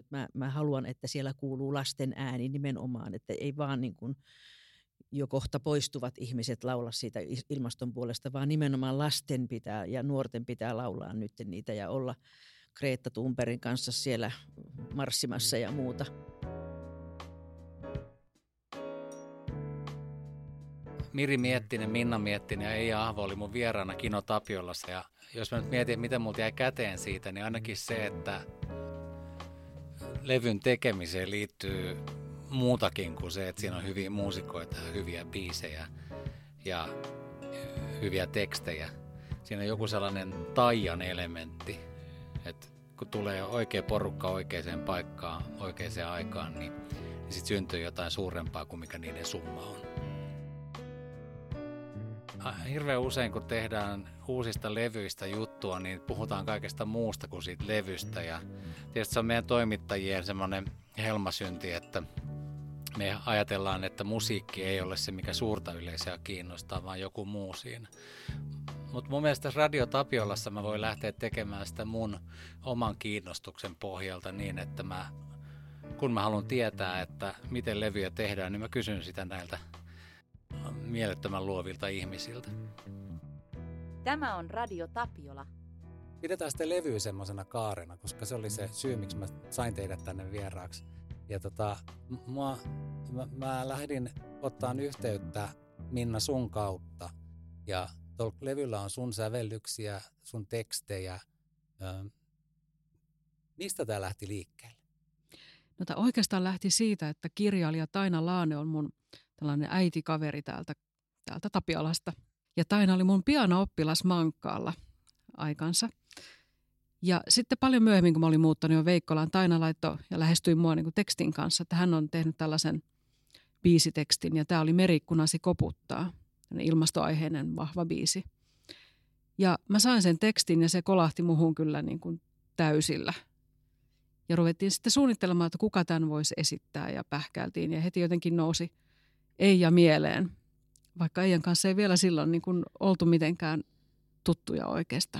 mä haluan, että siellä kuuluu lasten ääni nimenomaan, että ei vaan niin kuin jo kohta poistuvat ihmiset laula siitä ilmaston puolesta, vaan nimenomaan lasten pitää ja nuorten pitää laulaa nyt niitä ja olla Greta Thunbergin kanssa siellä marssimassa ja muuta. Miri Miettinen, Minna Miettinen ja Eija Ahvo oli mun vieraana Kino Tapiolassa. Ja jos mä nyt mietin, mitä multa jäi käteen siitä, niin ainakin se, että levyn tekemiseen liittyy muutakin kuin se, että siinä on hyviä muusikoita ja hyviä biisejä ja hyviä tekstejä. Siinä on joku sellainen taian elementti, että kun tulee oikea porukka oikeaan paikkaan, oikeaan aikaan, niin sitten syntyy jotain suurempaa kuin mikä niiden summa on. Hirveän usein, kun tehdään uusista levyistä juttua, niin puhutaan kaikesta muusta kuin siitä levystä. Ja tietysti se on meidän toimittajien semmoinen helmasynti, että me ajatellaan, että musiikki ei ole se, mikä suurta yleisöä kiinnostaa, vaan joku muu siinä. Mutta mun mielestä Radio Tapiolassa mä voin lähteä tekemään sitä mun oman kiinnostuksen pohjalta niin, että kun mä haluan tietää, että miten levyjä tehdään, niin mä kysyn sitä näiltä mielettömän luovilta ihmisiltä. Tämä on Radio Tapiola. Pidetään sitten levyä semmoisena kaarena, koska se oli se syy, miksi mä sain teidät tänne vieraaksi. Ja mä lähdin ottaa yhteyttä, Minna, sun kautta. Ja tuolla levyllä on sun sävellyksiä, sun tekstejä. Mistä tää lähti liikkeelle? No tämä oikeastaan lähti siitä, että kirjailija Taina Laane on mun tällainen äitikaveri täältä Tapiolasta. Ja Taina oli mun piano-oppilas Mankkaalla aikansa. Ja sitten paljon myöhemmin, kun mä olin muuttanut jo Veikkolaan, Taina laittoi ja lähestyi mua niin kuin tekstin kanssa, että hän on tehnyt tällaisen biisitekstin. Ja tämä oli Merikkunasi koputtaa, ilmastoaiheinen vahva biisi. Ja mä sain sen tekstin ja se kolahti muhun kyllä niin kuin täysillä. Ja ruvettiin sitten suunnittelemaan, että kuka tämän voisi esittää ja pähkäiltiin. Ja heti jotenkin nousi Eija mieleen, vaikka Eijan kanssa ei vielä silloin niin kuin oltu mitenkään tuttuja oikeastaan.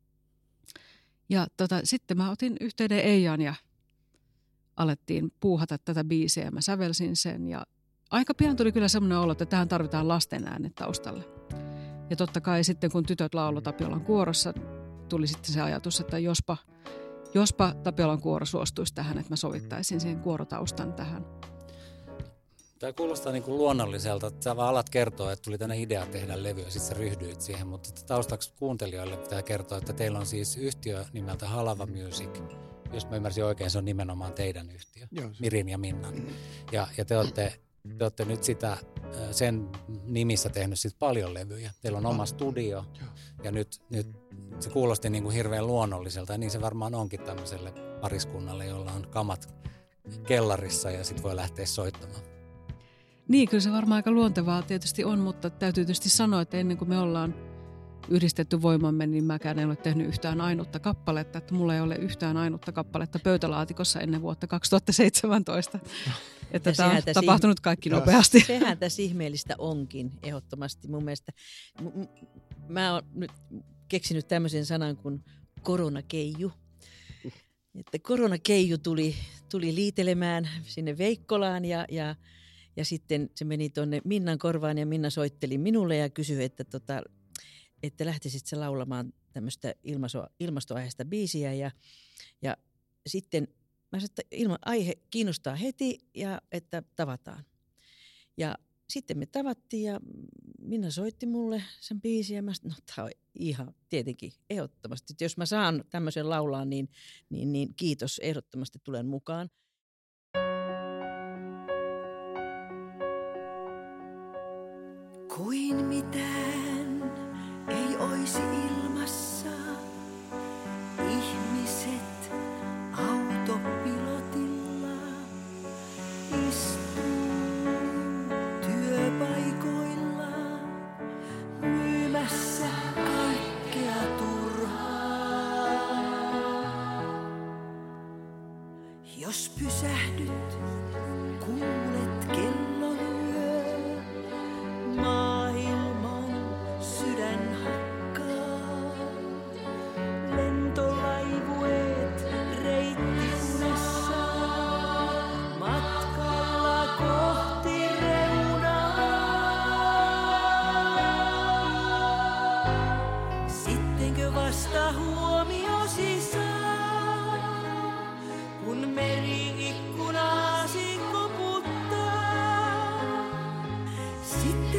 Ja sitten mä otin yhteyden Eijaan ja alettiin puuhata tätä biisiä. Mä sävelsin sen ja aika pian tuli kyllä semmoinen olo, että tähän tarvitaan lasten äänet taustalle. Ja totta kai sitten kun tytöt lauloi Tapiolan kuorossa, tuli sitten se ajatus, että jospa Tapiolan kuoro suostuisi tähän, että mä sovittaisin siihen kuorotaustan tähän. Tämä kuulostaa niin kuin luonnolliselta. Sä vaan alat kertoa, että tuli tänne idea tehdä levyä, ja sitten sä ryhdyit siihen. Mutta taustaksi kuuntelijoille pitää kertoa, että teillä on siis yhtiö nimeltä Halava Music. Jos mä ymmärsin oikein, se on nimenomaan teidän yhtiö, Mirin ja Minnan. Ja te olette nyt sen nimissä tehnyt sit paljon levyjä. Teillä on oma studio, ja nyt se kuulosti niin kuin hirveän luonnolliselta, ja niin se varmaan onkin tämmöiselle pariskunnalle, jolla on kamat kellarissa, ja sitten voi lähteä soittamaan. Niin, kyllä se varmaan aika luontevaa tietysti on, mutta täytyy tietysti sanoa, että ennen kuin me ollaan yhdistetty voimamme, niin mäkään en ole tehnyt yhtään ainutta kappaletta. Että mulla ei ole yhtään ainutta kappaletta pöytälaatikossa ennen vuotta 2017. Että tämä on tapahtunut kaikki nopeasti. Sehän tässä ihmeellistä onkin ehdottomasti mun mielestä. Mä oon nyt keksinyt tämmöisen sanan kuin koronakeiju. Että koronakeiju tuli liitelemään sinne Veikkolaan ja sitten se meni tuonne Minnan korvaan ja Minna soitteli minulle ja kysyi, että lähtisit sä laulamaan tämmöistä ilmastoaiheista biisiä. Ja sitten mä sanoin, että aihe kiinnostaa heti ja että tavataan. Ja sitten me tavattiin ja Minna soitti mulle sen biisin ja mä sanoin, tämä on ihan tietenkin ehdottomasti. Että jos mä saan tämmöisen laulaa, niin kiitos, ehdottomasti tulen mukaan. Kuin mitään ei oisi ilmassa, ihmiset autopilotilla istuu työpaikoilla myymässä kaikkea turhaa. Jos pysähdyt, kuulet kellolyö. Maailman sydän hakkaa, lentolaivueet reittikunessa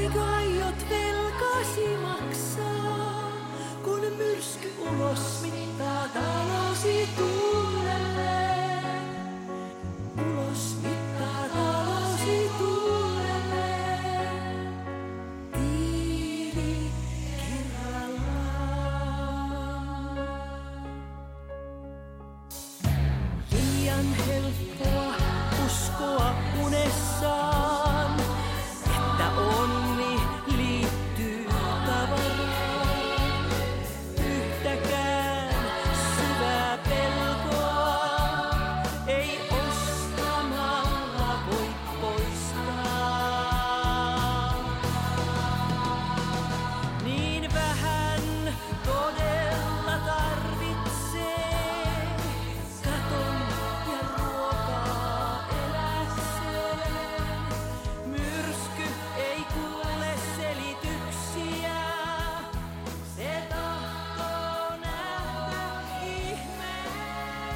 Eikö aiot velkasi maksaa, kun myrsky ulos mittaa talosi tuulelle? Ulos mittaa talosi tuulelle. Tiili kerrallaan. Liian helppoa uskoa unessaan, että onni liittyy tavaraan. Yhtäkään syvää pelkoa ei ostamalla voi poistaa. Niin vähän todella tarvitsee katon ja ruokaa eläkseen. Myrsky ei kuule selityksiä, se tahtoo nähdä ihmeen.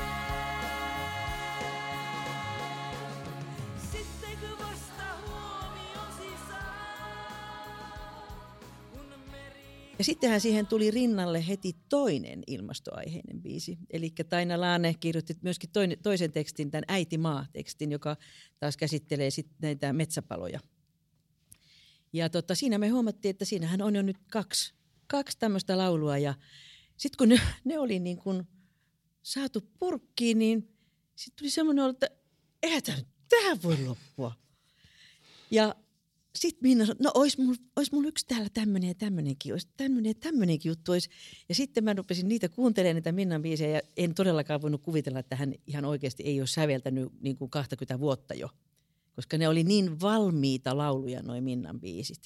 Sittenkö vasta huomiosi saa, kun meri... Ja sittenhän siihen tuli rinnalle heti toinen ilmastoaiheinen biisi. Eli Taina Laane kirjoitti myöskin toisen tekstin, tämän Äiti maa-tekstin, joka taas käsittelee sit näitä metsäpaloja. Ja siinä me huomattiin, että siinähän on jo nyt kaksi tämmöistä laulua. Ja sitten kun ne oli niin kuin saatu purkkiin, niin sitten tuli semmoinen olo, että eihän tähän voi loppua. Ja sitten Minna sanoi, no ois mulla yksi täällä tämmöinen ja tämmöinenkin, olisi tämmöinen ja tämmöinenkin juttu olisi. Ja sitten mä rupesin niitä kuuntelemaan, niitä Minnan biisejä, ja en todellakaan voinut kuvitella, että hän ihan oikeasti ei ole säveltänyt niin kuin 20 vuotta jo. Koska ne oli niin valmiita lauluja, noi Minnan biisit.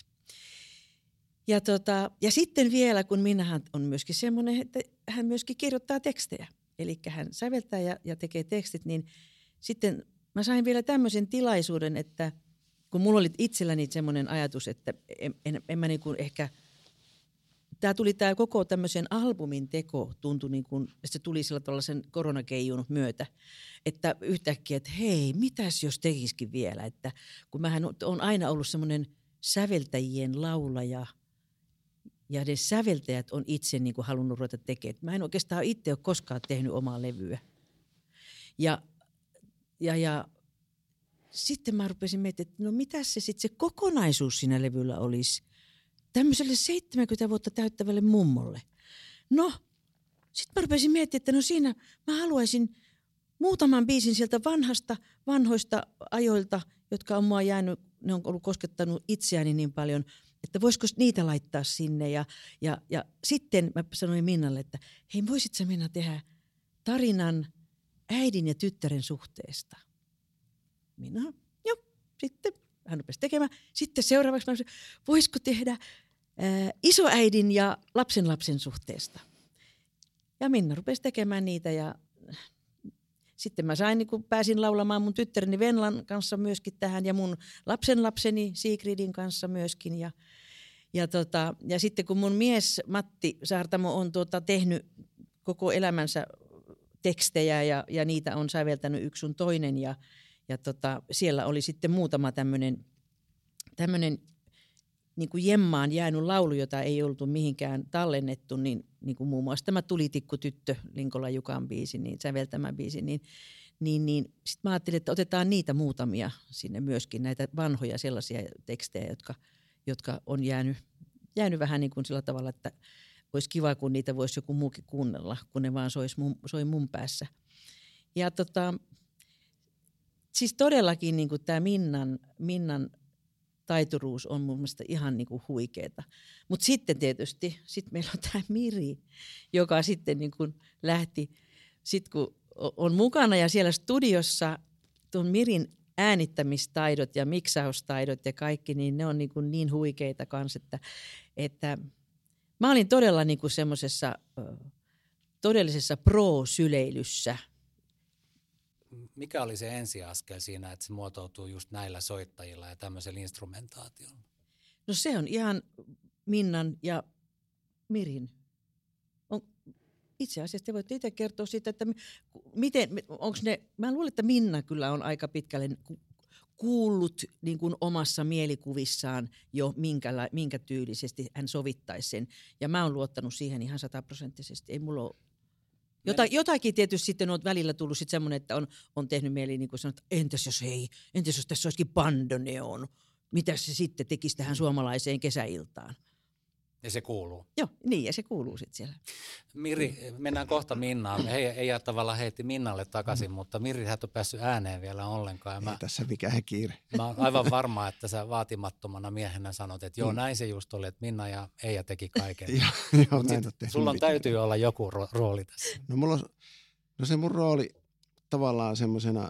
Ja sitten vielä, kun Minnahan on myöskin semmoinen, että hän myöskin kirjoittaa tekstejä. Eli hän säveltää ja tekee tekstit, niin sitten mä sain vielä tämmöisen tilaisuuden, että kun mulla oli itselläni semmoinen ajatus, että en mä niin kuin ehkä, tämä koko tämmöisen albumin teko tuntui niin kuin, että se tuli sillä tällaisen koronakeijun myötä, että yhtäkkiä, että hei, mitäs jos tekisikin vielä, että kun mähän on aina ollut semmoinen säveltäjien laulaja, ja ne säveltäjät on itse niin kuin halunnut ruveta tekemään. Mä en oikeastaan itse ole koskaan tehnyt omaa levyä. Ja sitten mä rupesin miettimään, että no mitäs se sitten se kokonaisuus siinä levyllä olisi tämmöiselle 70 vuotta täyttävälle mummolle. No, sitten mä rupesin miettimään, että no siinä mä haluaisin muutaman biisin sieltä vanhoista ajoilta, jotka on mua jäänyt, ne on ollut koskettanut itseäni niin paljon, että voisiko niitä laittaa sinne. Ja sitten mä sanoin Minnalle, että hei, voisit sä Minna tehdä tarinan äidin ja tyttären suhteesta? Minna, joo, sitten hän rupesi tekemään. Sitten seuraavaksi mä sanoin, voisiko tehdä isoäidin ja lapsenlapsen suhteesta? Ja Minna rupesi tekemään niitä ja sitten mä sain, kun pääsin laulamaan mun tyttäreni Venlan kanssa myöskin tähän ja mun lapsenlapseni Sigridin kanssa myöskin. Ja sitten kun mun mies Matti Saartamo on tehnyt koko elämänsä tekstejä ja niitä on säveltänyt yksi sun toinen ja siellä oli sitten muutama tämmöinen niin kuin jemmaan jäänyt laulu, jota ei oltu mihinkään tallennettu, niin kuin muun muassa tämä Tulitikku tyttö, Linkola Jukan biisi, niin säveltämä biisi, niin sitten mä ajattelin, että otetaan niitä muutamia sinne myöskin, näitä vanhoja sellaisia tekstejä, jotka on jäänyt vähän niin kuin sillä tavalla, että olisi kiva, kun niitä voisi joku muukin kuunnella, kun ne vaan soi mun päässä. Ja siis todellakin niin kuin tämä Minnan taituruus on mun mielestä ihan niin kuin huikeeta. Mutta sitten tietysti meillä on tämä Miri, joka sitten niin kuin lähti, sit kun on mukana ja siellä studiossa tuon Mirin äänittämistaidot ja miksaustaidot ja kaikki, niin ne on niin huikeita kanssa, että mä olin todella niin kuin semmoisessa todellisessa pro-syleilyssä. Mikä oli se ensiaskel siinä, että se muotoutuu just näillä soittajilla ja tämmöisellä instrumentaatiolla? No se on ihan Minnan ja Mirin. Itse asiassa te voitte itse kertoa siitä, että miten, onko ne, mä luulen, että Minna kyllä on aika pitkälle kuullut niin kuin omassa mielikuvissaan jo minkä tyylisesti hän sovittaisi sen. Ja mä oon luottanut siihen ihan 100%. Ei mulla ole jotakin tietysti sitten on välillä tullut sitten semmoinen, että on tehnyt mieli niin kuin sanoa, että entäs jos tässä olisikin bandoneon, mitä se sitten tekisi tähän suomalaiseen kesäiltaan. Ja se kuuluu. Joo, niin ja se kuuluu sitten siellä. Miri, mennään kohta Minnaan. Ei tavallaan heitti Minnalle takaisin, mutta Miri, sä et ole päässyt ääneen vielä ollenkaan. Ei tässä mikään kiire. Mä oon aivan varma, että sä vaatimattomana miehenä sanot, että joo, näin se just oli, että Minna ja Eija teki kaiken. Joo, näin sulla täytyy olla joku rooli tässä. No se mun rooli tavallaan semmoisena,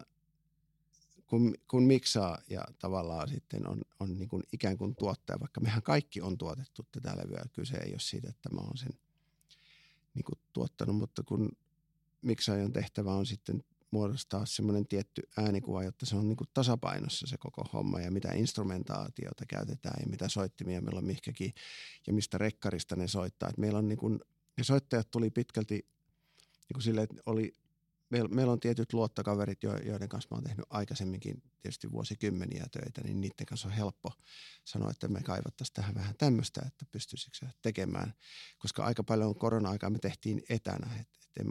kun miksaa ja tavallaan sitten on niin kuin ikään kuin tuottaja, vaikka mehän kaikki on tuotettu tätä levyä. Kyse ei ole siitä, että mä oon sen niin kuin tuottanut, mutta kun miksaajan tehtävä on sitten muodostaa semmoinen tietty äänikuva, jotta se on niin kuin tasapainossa se koko homma ja mitä instrumentaatiota käytetään ja mitä soittimia meillä on mihinkäkin ja mistä rekkarista ne soittaa. Et meillä on niin kuin, ja soittajat tuli pitkälti niin kuin silleen, että meillä on tietyt luottokaverit, joiden kanssa mä oon tehnyt aikaisemminkin tietysti vuosikymmeniä töitä, niin niiden kanssa on helppo sanoa, että me kaivattaisiin tähän vähän tämmöistä, että pystyisikö se tekemään. Koska aika paljon korona-aikaa me tehtiin etänä,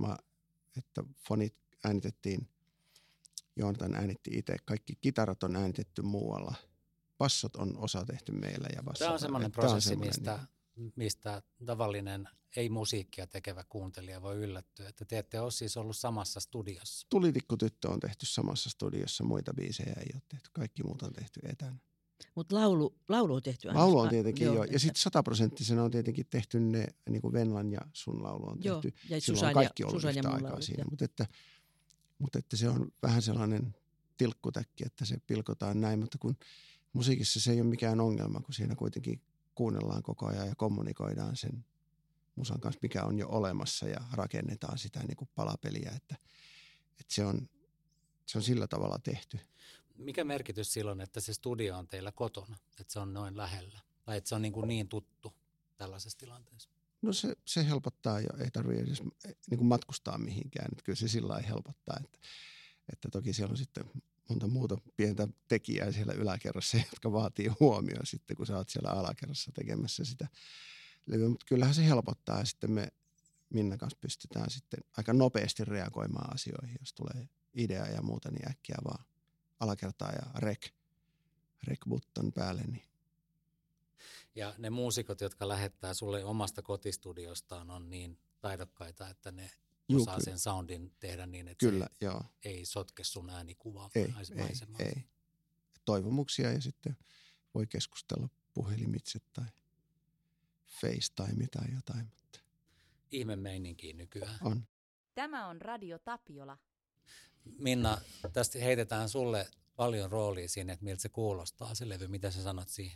että fonit äänitettiin, Joonatan äänitti itse, kaikki kitarat on äänitetty muualla. Bassot on osa tehty meillä. Ja tämä on semmoinen prosessi, mistä tavallinen ei-musiikkia tekevä kuuntelija voi yllättyä, että te ette ole siis ollut samassa studiossa. Tulitikkutyttö on tehty samassa studiossa, muita biisejä ei ole tehty, kaikki muut on tehty etänä. Mutta laulu on tehty aina. Laulu on tietenkin joo. Ja sitten 100% on tietenkin tehty ne, niin kuin Venlan ja sun laulu on tehty. Joo, ja silloin on kaikki ollut yhtä aikaa siinä. Mutta että se on vähän sellainen tilkkutäkki, että se pilkotaan näin. Mutta kun musiikissa se ei ole mikään ongelma, kun siinä kuitenkin kuunnellaan koko ajan ja kommunikoidaan sen musan kanssa, mikä on jo olemassa ja rakennetaan sitä niin kuin palapeliä, että se on sillä tavalla tehty. Mikä merkitys silloin, että se studio on teillä kotona, että se on noin lähellä tai että se on niin tuttu tällaisessa tilanteessa? No se helpottaa jo, ei tarvitse edes niin kuin matkustaa mihinkään, että kyllä se sillä lailla helpottaa, että toki siellä on sitten monta muuta pientä tekijää siellä yläkerrassa, jotka vaatii huomioon sitten, kun sä oot siellä alakerrassa tekemässä sitä levyä. Mutta kyllähän se helpottaa ja sitten me Minnan kanssa pystytään sitten aika nopeasti reagoimaan asioihin, jos tulee idea ja muuta, niin äkkiä vaan alakertaa ja rec-button päälle. Niin. Ja ne muusikot, jotka lähettää sulle omasta kotistudiostaan, on niin taidokkaita, että ne osaa sen soundin tehdä niin, että kyllä, se joo. ei sotke sun äänikuvaa. Ei. Toivomuksia ja sitten voi keskustella puhelimitse tai FaceTime tai jotain. Mutta ihme meininkiä nykyään. On. Tämä on Radio Tapiola. Minna, tästä heitetään sulle paljon roolia siinä, että miltä se kuulostaa se levy. Mitä sä sanot siihen?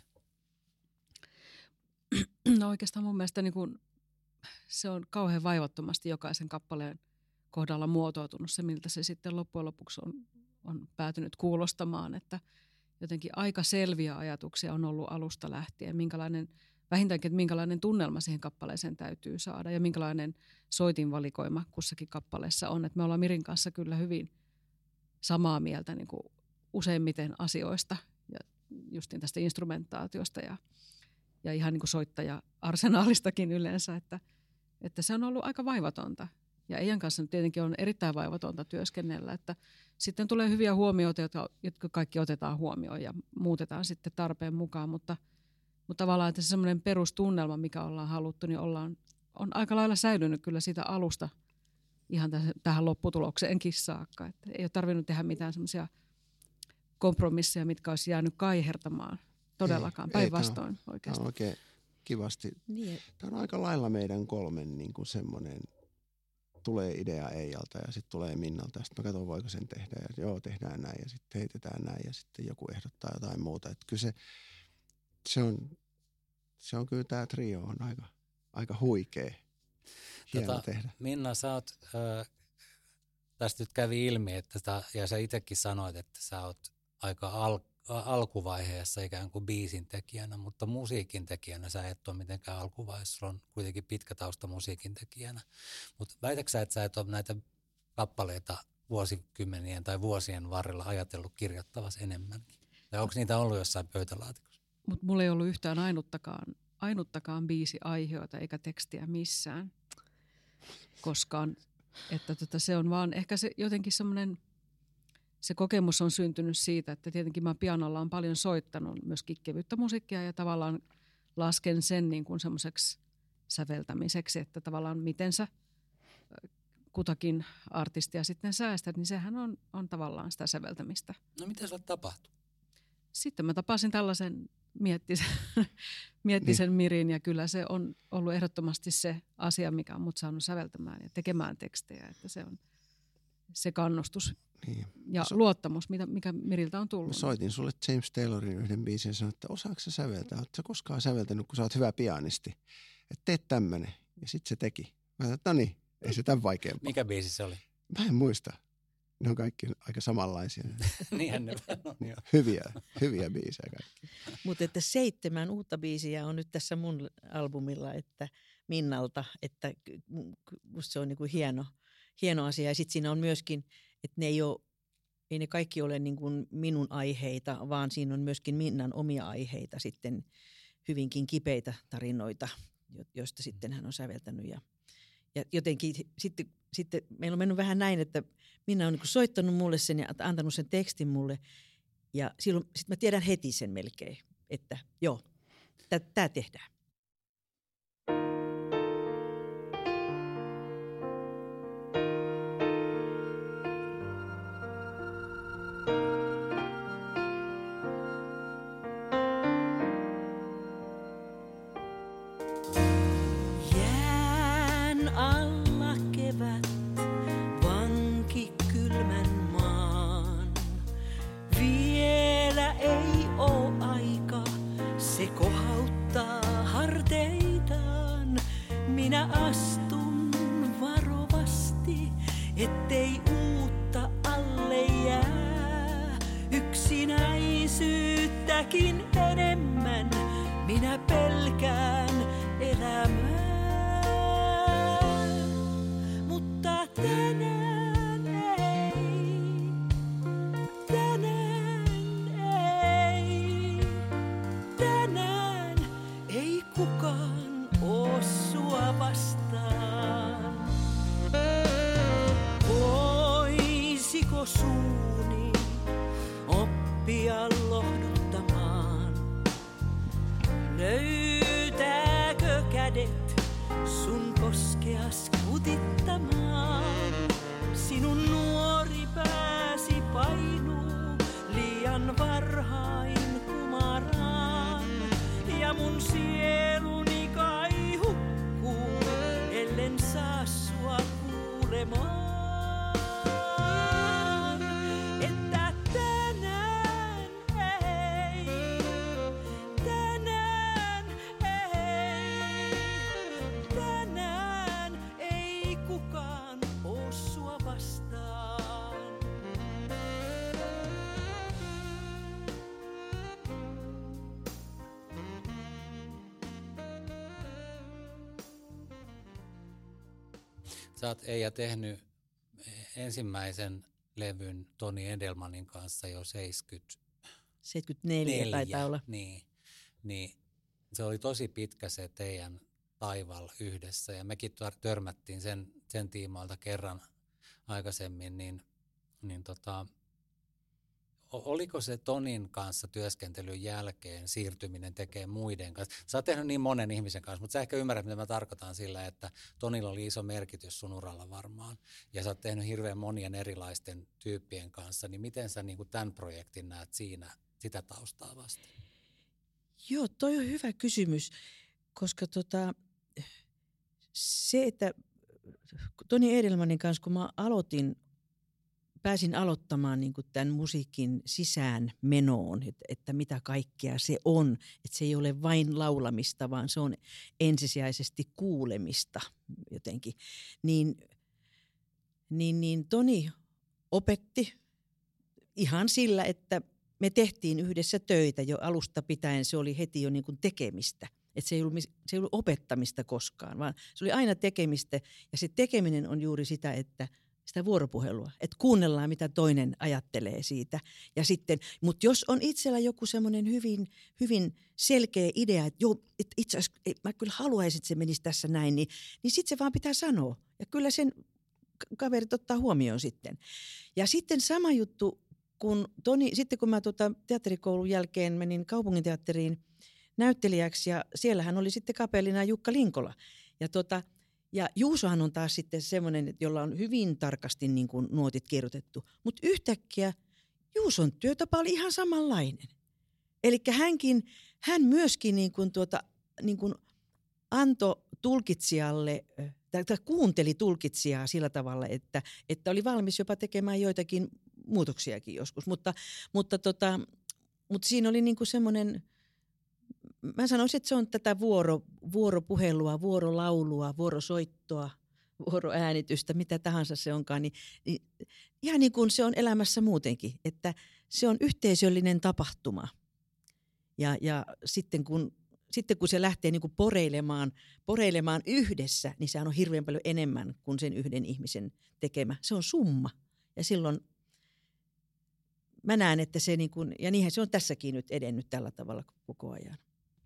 No oikeastaan mun mielestä niin kun se on kauhean vaivattomasti jokaisen kappaleen kohdalla muotoutunut se, miltä se sitten loppujen lopuksi on päätynyt kuulostamaan. Että jotenkin aika selviä ajatuksia on ollut alusta lähtien, vähintäänkin, että minkälainen tunnelma siihen kappaleeseen täytyy saada ja minkälainen soitinvalikoima kussakin kappaleessa on. Että me ollaan Mirin kanssa kyllä hyvin samaa mieltä niin kuin useimmiten asioista ja justiin tästä instrumentaatiosta ja ihan niin kuin soittaja-arsenaalistakin yleensä, että se on ollut aika vaivatonta. Ja Eijan kanssa nyt tietenkin on erittäin vaivatonta työskennellä, että sitten tulee hyviä huomioita, jotka kaikki otetaan huomioon ja muutetaan sitten tarpeen mukaan, mutta tavallaan että se semmoinen perustunnelma, mikä ollaan haluttu, niin on aika lailla säilynyt kyllä siitä alusta ihan tähän lopputulokseenkin saakka. Että ei ole tarvinnut tehdä mitään semmoisia kompromisseja, mitkä olisi jäänyt kaihertamaan todellakaan, päinvastoin oikeastaan. Tämä on oikein kivasti. Niin. Tämä on aika lailla meidän kolmen niin kuin semmoinen, tulee idea Eijalta ja sitten tulee Minnalta ja sitten mä katson, voiko sen tehdä ja joo, tehdään näin ja sitten heitetään näin ja sitten joku ehdottaa jotain muuta. Että kyllä se on kyllä tämä trio on aika huikea. Hieno tehdä. Minna, sä oot, tästä nyt kävi ilmi, että ja sä itsekin sanoit, että sä oot aika alkuvaiheessa ikään kuin biisin tekijänä, mutta musiikin tekijänä sä et ole mitenkään alkuvaiheessa, sulla on kuitenkin pitkä tausta musiikin tekijänä. Mutta väitätkö sä, että sä et ole näitä kappaleita vuosikymmenien tai vuosien varrella ajatellut kirjoittavasi enemmänkin? Tai onko niitä ollut jossain pöytälaatikossa? Mutta mulla ei ollut yhtään ainuttakaan biisi-aiheota eikä tekstiä missään koskaan. Että se on vaan ehkä se jotenkin semmoinen, se kokemus on syntynyt siitä, että tietenkin mä pianolla on paljon soittanut myöskin kevyttä musiikkia ja tavallaan lasken sen niin kuin semmoiseksi säveltämiseksi, että tavallaan miten sä kutakin artistia sitten säästät, niin sehän on tavallaan sitä säveltämistä. No mitä sulle tapahtui? Sitten mä tapasin tällaisen Miettisen Mirin ja kyllä se on ollut ehdottomasti se asia, mikä on mut saanut säveltämään ja tekemään tekstejä, että se on se kannustus ja luottamus, mikä Miriltä on tullut. Mä soitin sulle James Taylorin yhden biisin ja sanoin, että osaatko sä säveltää? Ootko sä koskaan säveltänyt, kun sä oot hyvä pianisti? Että teet tämmönen. Ja sit se teki. Mä sanoin, että no niin, ei se tämän vaikeampaa. Mikä biisi se oli? Mä en muista. Ne on kaikki aika samanlaisia. Niinhän ne on. Hyviä biisejä kaikki. Mutta että 7 uutta biisiä on nyt tässä mun albumilla, että Minnalta, että musta se on niinku hieno asia. Ja sitten siinä on myöskin, että ei ne kaikki ole niinku minun aiheita, vaan siinä on myöskin Minnan omia aiheita sitten, hyvinkin kipeitä tarinoita, joista sitten hän on säveltänyt. Ja jotenkin sitten meillä on mennyt vähän näin, että Minna on niinku soittanut mulle sen ja antanut sen tekstin mulle. Ja silloin sitten mä tiedän heti sen melkein, että joo, tää tehdään. Jään alla kevät, vanki kylmän maan. Vielä ei oo aika, se kohauttaa harteitaan. Minä astun varovasti, ettei uutta alle jää. Yksinäisyyttäkin enemmän minä pelkään elämää. Mutta tänään ei kukaan oo sua vastaan. Voisiko suuni oppia lohduttamaan? Löytääkö kädet sun koskeas kutittamaan? Sinun nuori pääsi painuu liian varhain kumaraan. Ja mun sieluni kai hukkuu, ellen saa sua kuulemaan. Että tänään ei kukaan oo sua vastaan. Sä oot Eija tehnyt ensimmäisen levyn Toni Edelmanin kanssa jo 74 taitaa olla. Niin se oli tosi pitkä se teidän taival yhdessä ja mekin törmättiin sen tiimoilta kerran aikaisemmin, oliko se Tonin kanssa työskentelyn jälkeen siirtyminen tekemään muiden kanssa? Sä oot tehnyt niin monen ihmisen kanssa, mutta sä ehkä ymmärrät, mitä mä tarkoitan sillä, että Tonilla oli iso merkitys sun uralla varmaan. Ja sä oot tehnyt hirveän monien erilaisten tyyppien kanssa, niin miten sä niin kuin tämän projektin näet siinä sitä taustaa vasta? Joo, toi on hyvä kysymys, koska se, että Toni Edelmanin kanssa, kun mä pääsin aloittamaan niin kuin tämän musiikin sisään menoon, että mitä kaikkea se on. Että se ei ole vain laulamista, vaan se on ensisijaisesti kuulemista jotenkin. Niin Toni opetti ihan sillä, että me tehtiin yhdessä töitä jo alusta pitäen. Se oli heti jo niin kuin tekemistä. Että se ei ollut opettamista koskaan, vaan se oli aina tekemistä. Ja se tekeminen on juuri sitä, että sitä vuoropuhelua, että kuunnellaan mitä toinen ajattelee siitä. Ja sitten, mutta jos on itsellä joku semmoinen hyvin selkeä idea, että joo, itse asiassa mä kyllä haluaisin, että se menisi tässä näin, niin sitten se vaan pitää sanoa. Ja kyllä sen kaverit ottaa huomioon sitten. Ja sitten sama juttu, sitten kun mä teatterikoulun jälkeen menin kaupunginteatteriin näyttelijäksi ja siellähän oli sitten kapellina Jukka Linkola. Ja Juusohan on taas sitten semmoinen, jolla on hyvin tarkasti niin kuin nuotit kirjoitettu. Mutta yhtäkkiä Juuson työtapa oli ihan samanlainen. Eli hän myöskin niin kuin antoi tulkitsijalle, tai kuunteli tulkitsijaa sillä tavalla, että oli valmis jopa tekemään joitakin muutoksiakin joskus. Mutta siinä oli niin kuin semmoinen, mä sanoisin, että se on tätä vuoropuhelua, vuorolaulua, vuorosoittoa, vuoroäänitystä, mitä tahansa se onkaan, niin ihan niin kuin se on elämässä muutenkin, että se on yhteisöllinen tapahtuma. Ja sitten kun se lähtee niin kuin poreilemaan yhdessä, niin sehän on hirveän paljon enemmän kuin sen yhden ihmisen tekemä. Se on summa. Ja silloin mä näen, että se niin kuin, ja niinhän se on tässäkin nyt edennyt tällä tavalla koko ajan.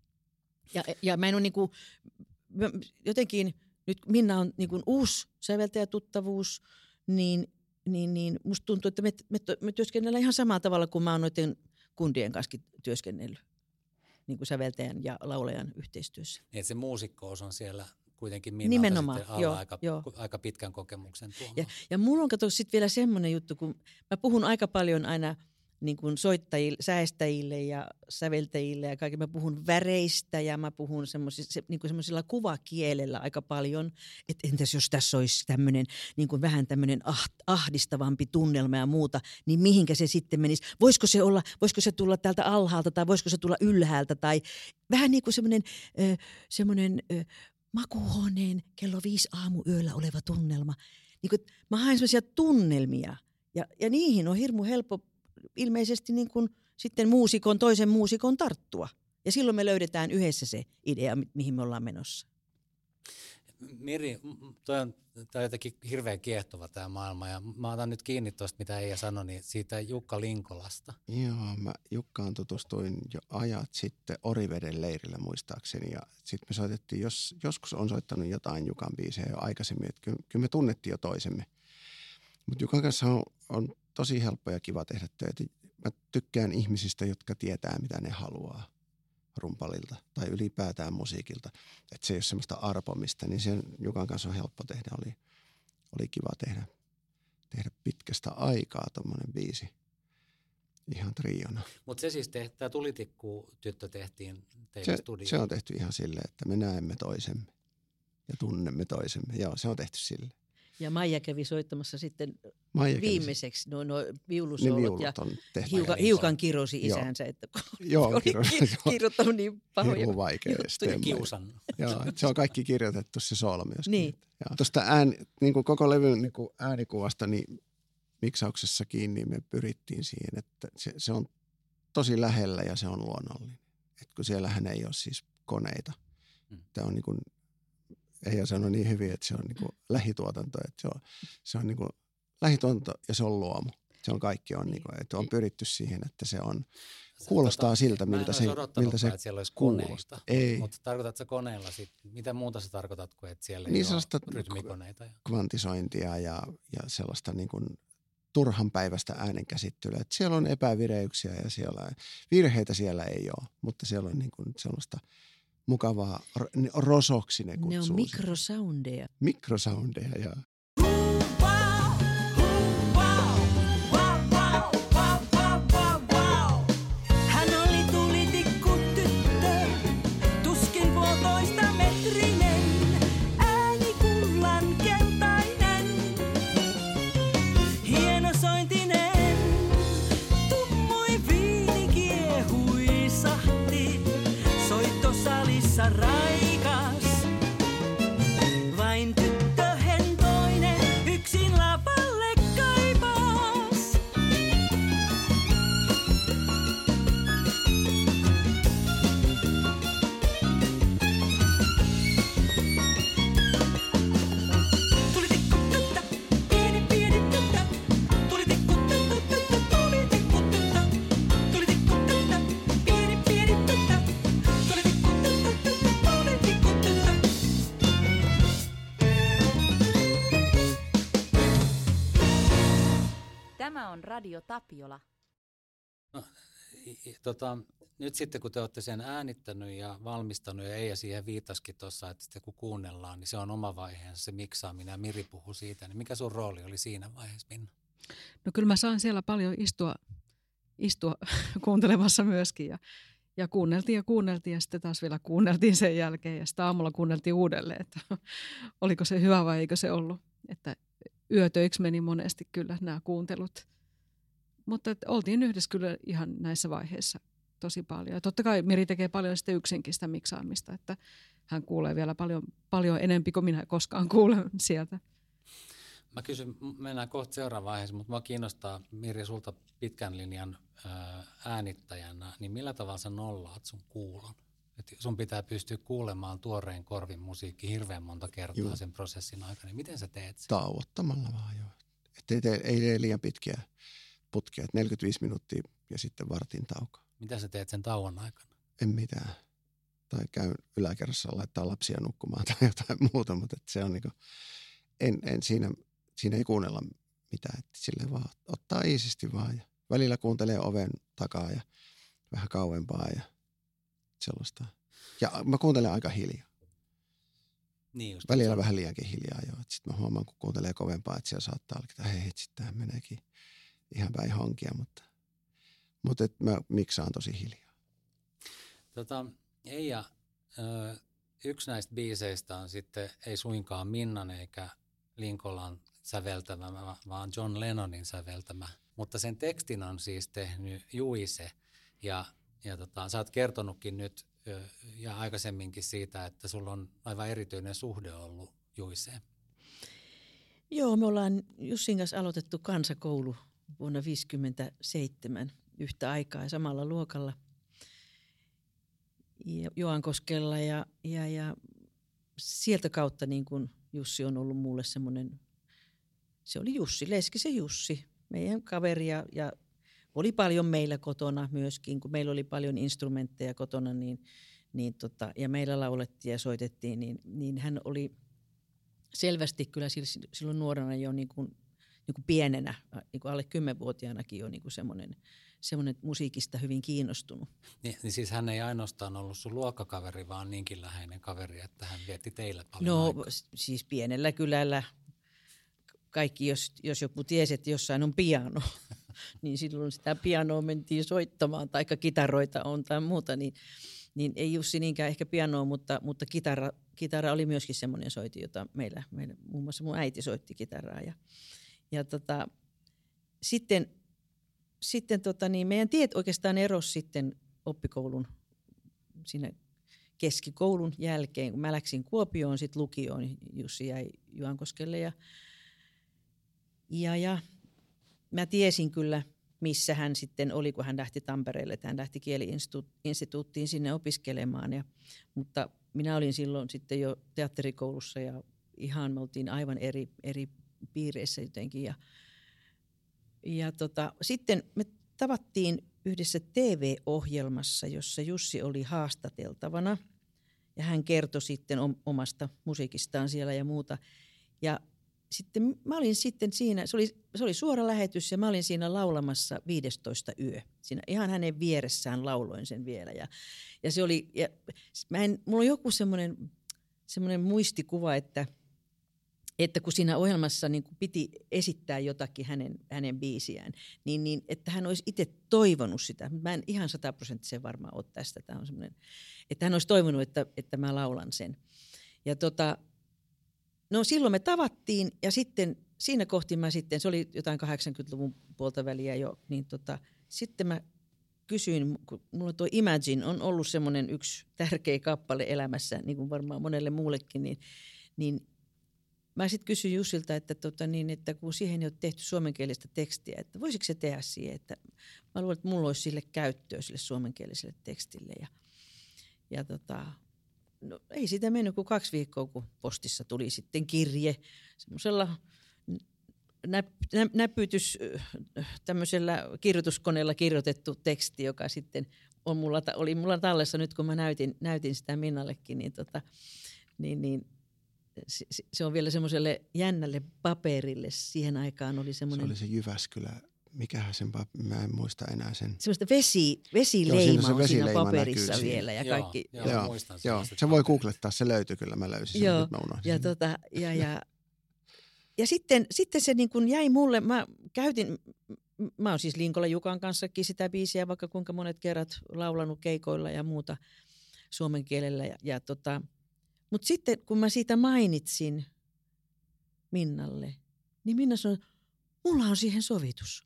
Ja mä en ole niin kuin, jotenkin, nyt Minna on niin kuin uusi säveltäjätuttavuus, niin musta tuntuu, että me työskennellään ihan samalla tavalla kuin mä oon noiden kundien kanssa työskennellyt. Niin kuin säveltäjän ja laulajan yhteistyössä. Niin, että se muusikkous on siellä kuitenkin Minnalta sitten alla aika pitkän kokemuksen tuoma. Ja mulla on sitten vielä semmoinen juttu, kun mä puhun aika paljon aina niin kuin säestäjille ja säveltäjille ja kaikille. Mä puhun väreistä ja mä puhun semmoisella kuvakielellä aika paljon. Että entäs jos tässä olisi tämmöinen niin kuin vähän tämmöinen ahdistavampi tunnelma ja muuta, niin mihinkä se sitten menisi? Voisiko se tulla täältä alhaalta tai voisiko se tulla ylhäältä? Tai vähän niin kuin semmoinen makuuhuoneen kello 5 aamuyöllä oleva tunnelma. Niin kuin, mä haen semmoisia tunnelmia ja niihin on hirmu helppo ilmeisesti niin kuin sitten toisen muusikon tarttua. Ja silloin me löydetään yhdessä se idea, mihin me ollaan menossa. Miri, toi on jotenkin hirveän kiehtova tämä maailma ja mä otan nyt kiinni tuosta, mitä Eija sanoi, niin siitä Jukka Linkolasta. Joo, mä Jukkaan tutustuin jo ajat sitten Oriveden leirillä muistaakseni ja sitten me soitettiin, joskus on soittanut jotain Jukan biisejä jo aikaisemmin, että kyllä me tunnettiin jo toisemme. Mutta Jukan kanssa on tosi helppo ja kiva tehdä töitä. Mä tykkään ihmisistä, jotka tietää, mitä ne haluaa rumpalilta tai ylipäätään musiikilta. Että se ei ole semmoista arpomista, niin sen Jukan kanssa on helppo tehdä. Oli kiva tehdä pitkästä aikaa tommonen biisi ihan triona. Mutta se siis tämä Tulitikku-tyttö tehtiin teille studioon? Se on tehty ihan silleen, että me näemme toisemme ja tunnemme toisemme. Joo, se on tehty silleen. Ja Maija kävi soittamassa sitten viimeiseksi nuo viulusoolot ja hiukan kirosi isänsä, että oli kirjoittanut niin pahoja juttuja. Kiusannut. Joo, se on kaikki kirjoitettu se soolo myöskin. Niin. Tuosta niin koko levyn niin äänikuvasta niin miksauksessakin niin me pyrittiin siihen, että se on tosi lähellä ja se on luonnollinen. Et kun siellähän ei ole siis koneita. Tämä on niin kuin Eija sanoi niin hyvin, että se on niinku lähituotanto, että se on niinku lähituotanto ja se on luomu. Se on kaikki on niinku, että on pyritty siihen, että se on kuulostaa siltä, miltä se että siellä olisi koneista. Ei. Mutta tarkoitatko koneella sitten, mitä muuta sä tarkoitat kuin, että siellä niin ei ole rytmikoneita? Kvantisointia ja sellaista niinku turhan päivästä äänenkäsittelyä. Että siellä on epävireyksiä ja virheitä siellä ei ole, mutta siellä on niinku sellaista mukavaa, rosoksi ne kutsuu. Ne on mikrosoundeja. Mikrosoundeja, joo. Hän oli tulitikkutyttö, tuskin 1,5 metrinen, ääni kullan keltainen, hienosointinen, tummoi viini kiehui sahti, soittosalissa raikas, vain tyttö hentoinen. Radio Tapiola. Nyt sitten kun te olette sen äänittänyt ja valmistanut ja Eija siihen viitaskin tuossa, että sitten kun kuunnellaan, niin se on oma vaiheensa se miksaaminen ja Miri puhui siitä. Niin mikä sun rooli oli siinä vaiheessa, Minna? No kyllä mä saan siellä paljon istua kuuntelemassa myöskin ja kuunneltiin ja sitten taas vielä kuunneltiin sen jälkeen ja sitten aamulla kuunneltiin uudelleen, että oliko se hyvä vai eikö se ollut. Että yötöiksi meni monesti kyllä nämä kuuntelut. Mutta oltiin yhdessä kyllä ihan näissä vaiheissa tosi paljon. Ja totta kai Miri tekee paljon sitten yksinkin sitä miksaamista, että hän kuulee vielä paljon enemmän kuin minä koskaan kuulen sieltä. Mä kysyn, mennään kohta seuraavaan vaiheeseen, mutta mua kiinnostaa, Miri, sulta pitkän linjan äänittäjänä, niin millä tavalla sä nollaat sun kuulon? Et sun pitää pystyä kuulemaan tuoreen korvin musiikki hirveän monta kertaa sen prosessin aikana. Niin miten sä teet sen? Tauottamalla vaan joo. Ei tee liian pitkiä putkia, 45 minuuttia ja sitten vartin tauko. Mitä sä teet sen tauon aikana? En mitään. Tai käyn yläkerrassa laittaa lapsia nukkumaan tai jotain muuta, mutta se on niinku, siinä ei kuunnella mitään. Että silleen vaan ottaa iisisti vaan ja välillä kuuntelee oven takaa ja vähän kauempaa ja sellaista. Ja mä kuuntelen aika hiljaa. Niin just välillä vähän liiankin hiljaa jo. Sitten mä huomaan, kun kuuntelee kovempaa, että siellä saattaa olla, että hei, tämähän meneekin ihan päin honkia, mutta mä miksaan tosi hiljaa. Eija, yksi näistä biiseistä on sitten ei suinkaan Minnan eikä Linkolan säveltämä, vaan John Lennonin säveltämä. Mutta sen tekstin on siis tehnyt Juise ja sä oot kertonutkin nyt ja aikaisemminkin siitä, että sulla on aivan erityinen suhde ollut Juiseen. Joo, me ollaan Jussin kanssa aloitettu kansakoulu vuonna 1957 yhtä aikaa ja samalla luokalla Joankoskella ja sieltä kautta niin kun Jussi on ollut mulle semmoinen, se oli Jussi, Leskisen Jussi, meidän kaveri ja oli paljon meillä kotona myöskin, kun meillä oli paljon instrumentteja kotona ja meillä laulettiin ja soitettiin, niin hän oli selvästi kyllä silloin nuorena jo niin kuin pienenä, niin kuin alle 10-vuotiaanakin jo niin kuin semmoinen musiikista hyvin kiinnostunut. Niin siis hän ei ainoastaan ollut sun luokkakaveri, vaan niinkin läheinen kaveri, että hän vietti teille paljon aikaa. Siis pienellä kylällä kaikki, jos joku tiesi, että jossain on piano, niin silloin sitä pianoa mentiin soittamaan, tai kitaroita on tai muuta, niin ei Jussi niinkään ehkä pianoa, mutta kitara oli myöskin semmoinen soiti, jota meillä muun muassa mun äiti soitti kitaraa. Sitten meidän tiet oikeastaan erosi sitten oppikoulun siinä keskikoulun jälkeen, kun mä läksin Kuopioon, sitten lukioon, Jussi jäi Juankoskelle ja mä tiesin kyllä, missä hän sitten oli, kun hän lähti Tampereelle, että hän lähti kieli-instituuttiin sinne opiskelemaan. Mutta minä olin silloin sitten jo teatterikoulussa ja ihan me oltiin aivan eri piireissä jotenkin. Sitten me tavattiin yhdessä TV-ohjelmassa, jossa Jussi oli haastateltavana ja hän kertoi sitten omasta musiikistaan siellä ja muuta. Ja sitten mä olin sitten siinä, se oli suora lähetys ja mä olin siinä laulamassa 15 yö. Siinä ihan hänen vieressään lauloin sen vielä. Ja se oli, mulla on joku semmoinen muistikuva, että kun siinä ohjelmassa niin kun piti esittää jotakin hänen biisiään, niin että hän olisi itse toivonut sitä. Mä en ihan 100% varmaan ole tästä. Tämä on semmoinen, että hän olisi toivonut, että mä laulan sen. Ja no silloin me tavattiin ja sitten siinä kohti se oli jotain 80-luvun puolta väliä jo, niin sitten mä kysyin, kun mulla tuo Imagine on ollut semmoinen yksi tärkeä kappale elämässä, niin kuin varmaan monelle muullekin, niin mä sitten kysyin Jussilta, että kun siihen ei ole tehty suomenkielistä tekstiä, että voisiko se tehdä siihen, että mä luulen, että mulla olisi sille käyttöä sille suomenkieliselle tekstille no, ei siitä mennyt kuin 2 viikkoa, kun postissa tuli sitten kirje semmoisella tämmöisellä kirjoituskoneella kirjoitettu teksti, joka sitten oli mulla tallessa nyt, kun mä näytin sitä Minnallekin, niin se on vielä semmoiselle jännälle paperille. Siihen aikaan oli semmoinen. Se oli se Jyväskylä mikähän sen, mä en muista enää sen. Semmoista vesileima on siinä paperissa vielä ja kaikki. Joo, muistan sen. Joo, se voi googlettaa, se löytyy kyllä, mä löysin sen, nyt mä unohdin. Ja sitten se niin kuin jäi mulle, mä oon siis Linkola Jukan kanssakin sitä biisiä vaikka kuinka monet kerrat laulanut keikoilla ja muuta suomen kielellä. Mutta sitten kun mä siitä mainitsin Minnalle, niin Minna sanoi, mulla on siihen sovitus.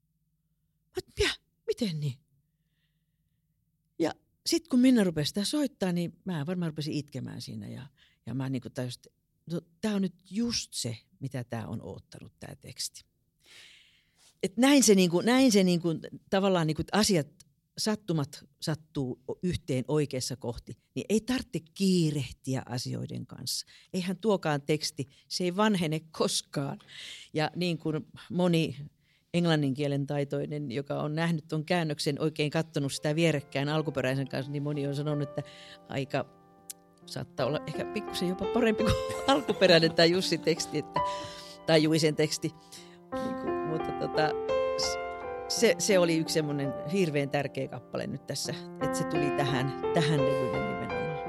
Miten niin? Ja sitten kun Minna rupesi sitä soittaa, niin mä varmaan rupesin itkemään siinä. Ja mä niin kuin tajusin, että tää on nyt just se, mitä tää on oottanut tää teksti. Et näin se tavallaan niin kuin sattumat sattuu yhteen oikeassa kohti, niin ei tarvitse kiirehtiä asioiden kanssa. Eihän tuokaan teksti, se ei vanhene koskaan. Ja niin kuin moni englannin kielen taitoinen, joka on nähnyt tuon käännöksen, oikein katsonut sitä vierekkäin alkuperäisen kanssa, niin moni on sanonut, että aika saattaa olla ehkä pikkusen jopa parempi kuin alkuperäinen tämä Jussin teksti, tai Juisen teksti. Mutta se oli yksi semmoinen hirveän tärkeä kappale nyt tässä, että se tuli tähän levylle nimenomaan.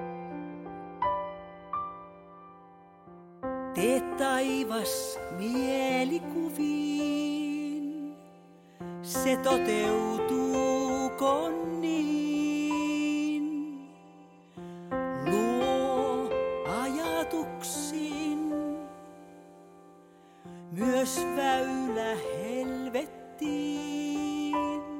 Tee taivas mielikuviin, se toteutuu konniin. Luo ajatuksiin myös väylä helvettiin.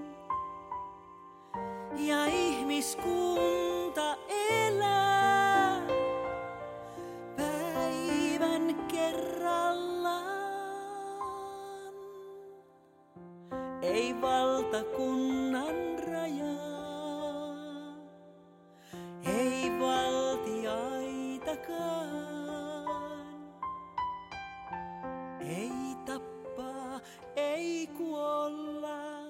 Ja ihmiskunta elää päivän kerrallaan. Ei valtakunnan rajaa, ei valtiaitakaan. Ei tappaa, ei kuolla,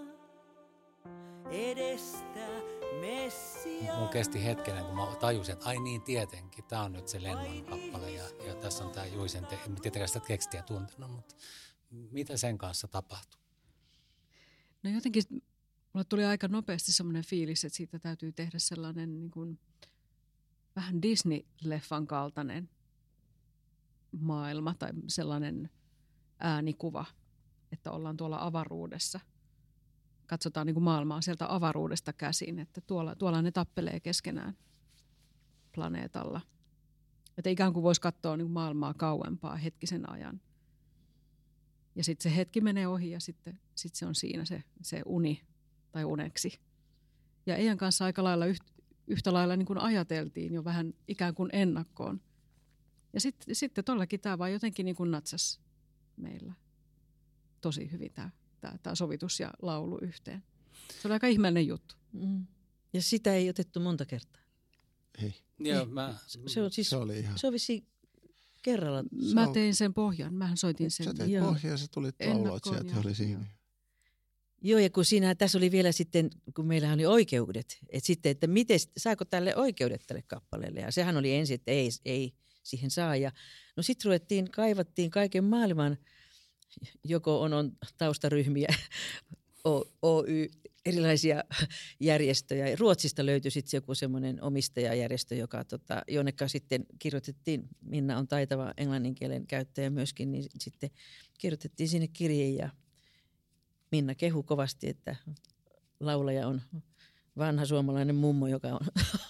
edestä Messia. Mun kesti hetken, kun mä tajusin, että ai niin tietenkin, tää on nyt se Lennon kappale ja tässä on tää Juisen, en tietenkään sitä tekstiä tuntenut, mutta mitä sen kanssa tapahtui? No jotenkin mulle tuli aika nopeasti semmoinen fiilis, että siitä täytyy tehdä sellainen niin kuin vähän Disney-leffan kaltainen maailma tai sellainen äänikuva, että ollaan tuolla avaruudessa. Katsotaan niin kuin maailmaa sieltä avaruudesta käsin, että tuolla ne tappelee keskenään planeetalla. Että ikään kuin voisi katsoa niin kuin maailmaa kauempaa hetkisen ajan. Ja sitten se hetki menee ohi ja sitten se on siinä se uni tai uneksi. Ja Eijan kanssa aika lailla yhtä lailla niin kuin ajateltiin jo vähän ikään kuin ennakkoon. Ja sitten todellakin tämä vaan jotenkin niin kuin natsasi meillä tosi hyvin tämä sovitus ja laulu yhteen. Se oli aika ihmeellinen juttu. Mm. Ja sitä ei otettu monta kertaa. Ei. Joo, se oli ihan... Se on vissiin kerralla. Mä tein sen pohjan. Mähän soitin sen. Sä teit pohjan ja sä tulit lauloit sieltä. Oli siinä. Joo, ja kun tässä oli vielä sitten, kun meillä oli oikeudet, että miten, saako tälle oikeudet tälle kappaleelle. Ja sehän oli ensin, että ei siihen saa. Ja no sitten kaivattiin kaiken maailman, joko on taustaryhmiä, Oy, erilaisia järjestöjä. Ruotsista löytyi sitten joku semmoinen omistajajärjestö, jonneka sitten kirjoitettiin, Minna on taitava englannin kielen käyttäjä myöskin, niin sitten kirjoitettiin sinne kirje ja Minna kehui kovasti, että laulaja on vanha suomalainen mummo, joka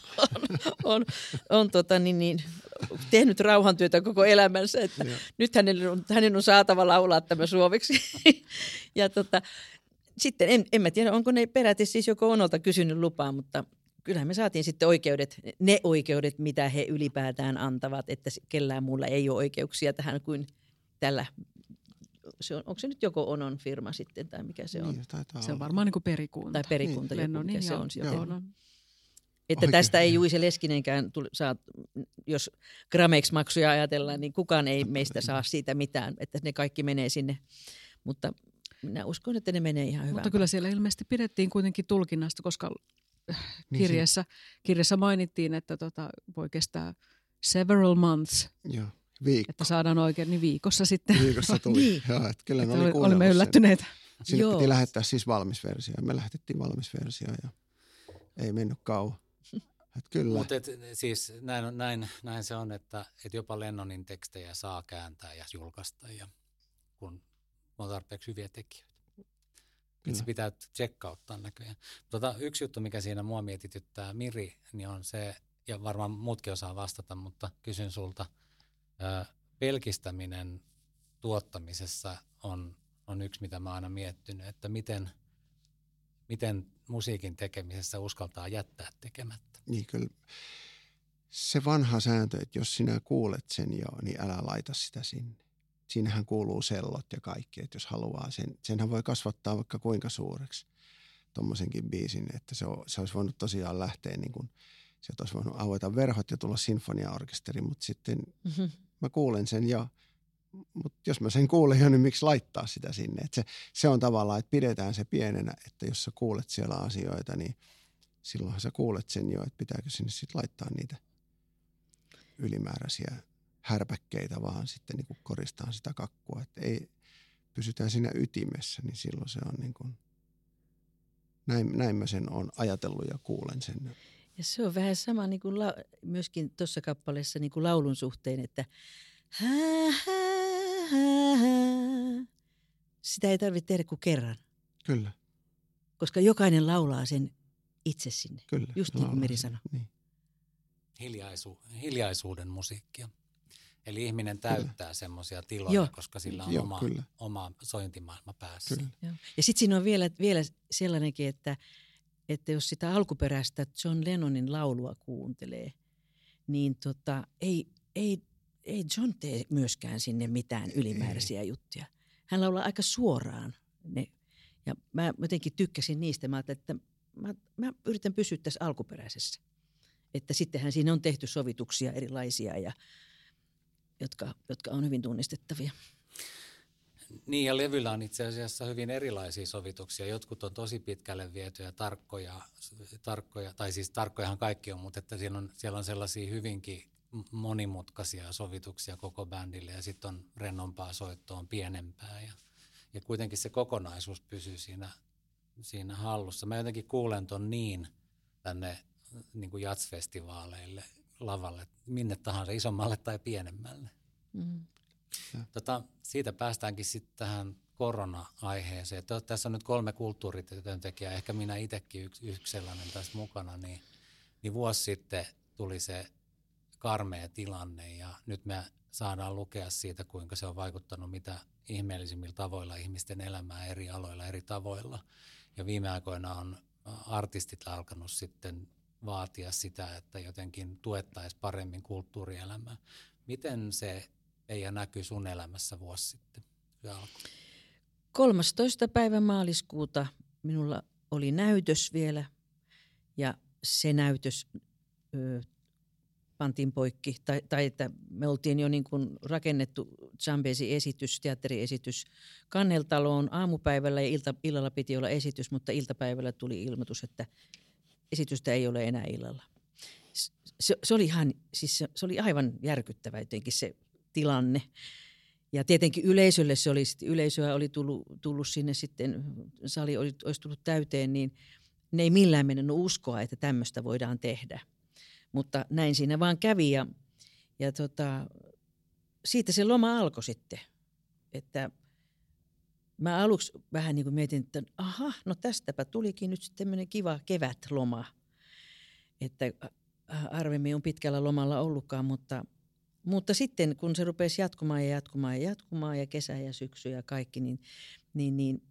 on tehnyt rauhantyötä koko elämänsä, että nyt hänen on saatava laulaa tämä suomeksi. Ja sitten en mä tiedä, onko ne peräti siis joko Onolta kysynyt lupaa, mutta kyllähän me saatiin sitten ne oikeudet, mitä he ylipäätään antavat, että kellään muulla ei ole oikeuksia tähän kuin tällä. Onko se nyt joko Onon firma sitten tai mikä se on? Niin, se on varmaan niin kuin perikunta. Tai perikunta, niin, joku, mikä se on. Joo. Että tästä ei Juise Leskinenkään saa, jos Gramex-maksuja ajatellaan, niin kukaan ei meistä saa siitä mitään, että ne kaikki menee sinne. Mutta minä uskon, että ne menee ihan hyvin. Mutta kyllä siellä ilmeisesti pidettiin kuitenkin tulkinnasta, koska kirjassa mainittiin, että voi kestää several months. Joo. Että saadaan oikein, niin viikossa sitten. Viikossa tuli. Niin. Joo, että kyllä ne oli olimme yllättyneitä. Sinne Joo. piti lähettää siis valmis versio. Me lähetettiin valmis versio ja ei mennyt kauan. Kyllä. Mutta siis näin se on, että jopa Lennonin tekstejä saa kääntää ja julkaista, ja kun on tarpeeksi hyviä tekijöitä. Se pitää tsekkauttaa näköjään. Yksi juttu, mikä siinä mua mietityttää, Miri, niin on se, ja varmaan muutkin osaa vastata, mutta kysyn sulta, pelkistäminen tuottamisessa on yksi, mitä mä oon aina miettinyt, että miten musiikin tekemisessä uskaltaa jättää tekemättä. Niin kyllä. Se vanha sääntö, että jos sinä kuulet sen jo, niin älä laita sitä sinne. Siinähän kuuluu sellot ja kaikki, että jos haluaa senhän voi kasvattaa vaikka kuinka suureksi tommosenkin biisin, että se olisi voinut tosiaan lähteä niin kuin, se olisi voinut avata verhot ja tulla sinfoniaorkesteri, mutta sitten mä kuulen sen jo, mutta jos mä sen kuulen jo, niin miksi laittaa sitä sinne? Että se on tavallaan, että pidetään se pienenä, että jos sä kuulet siellä asioita, niin silloinhan sä kuulet sen jo, että pitääkö sinne sitten laittaa niitä ylimääräisiä härpäkkeitä, vaan sitten niin kuin koristaan sitä kakkua. Että ei, pysytään siinä ytimessä, niin silloin se on niin kuin, näin mä sen on ajatellut ja kuulen sen. Ja se on vähän sama niin kuin myöskin tuossa kappaleessa niin kuin laulun suhteen, että sitä ei tarvitse tehdä kuin kerran. Kyllä. Koska jokainen laulaa sen itse sinne. Kyllä. Just niin kuin Meri sanoi. Niin. Hiljaisuuden musiikkia. Eli ihminen täyttää semmoisia tiloja, Joo. koska sillä on oma sointimaailma päässä. Joo. Ja sitten siinä on vielä sellainenkin, että jos sitä alkuperäistä John Lennonin laulua kuuntelee, niin ei John tee myöskään sinne mitään ylimääräisiä juttuja. Hän laulaa aika suoraan ne. Ja mä jotenkin tykkäsin niistä. Mä ajattelin, että mä yritän pysyä tässä alkuperäisessä. Että sittenhän siinä on tehty sovituksia erilaisia, jotka on hyvin tunnistettavia. Niin, ja levyllä on itse asiassa hyvin erilaisia sovituksia. Jotkut on tosi pitkälle vietyjä, tarkkoja, tai siis tarkkojahan kaikki on, mutta että siellä on sellaisia hyvinkin monimutkaisia sovituksia koko bändille, ja sitten on rennompaa soittoa, pienempää, ja kuitenkin se kokonaisuus pysyy siinä hallussa. Mä jotenkin kuulen ton niin tänne niin kuin jazzfestivaaleille, lavalle, minne tahansa, isommalle tai pienemmälle. Mm. Siitä päästäänkin sitten tähän korona-aiheeseen. Tässä on nyt 3 kulttuurityöntekijää, ehkä minä itsekin yksi sellainen tässä mukana, niin vuosi sitten tuli se karmea tilanne, ja nyt me saadaan lukea siitä, kuinka se on vaikuttanut mitä ihmeellisimmillä tavoilla ihmisten elämää eri aloilla, eri tavoilla. Ja viime aikoina on artistit alkanut sitten vaatia sitä, että jotenkin tuettaisiin paremmin kulttuurielämää. Miten se Eija näkyy sun elämässä vuosi sitten? 13. päivä maaliskuuta minulla oli näytös vielä, ja se näytös pantiin poikki, tai että me oltiin jo niin kuin rakennettu Zambesin-esitys, teatteriesitys Kanneltaloon aamupäivällä, ja illalla piti olla esitys, mutta iltapäivällä tuli ilmoitus, että esitystä ei ole enää illalla. Se oli se oli aivan järkyttävä jotenkin se tilanne. Ja tietenkin yleisölle se oli, yleisöä oli tullut sinne sitten, sali olisi tullut täyteen, niin ne ei millään mennyt uskoa, että tämmöistä voidaan tehdä. Mutta näin siinä vaan kävi, ja siitä se loma alkoi sitten. Että mä aluksi vähän niin kuin mietin, että no tästäpä tulikin nyt sitten tämmöinen kiva kevätloma. Että harvemmin on pitkällä lomalla ollutkaan, mutta sitten kun se rupesi jatkumaan ja kesä ja syksy ja kaikki, niin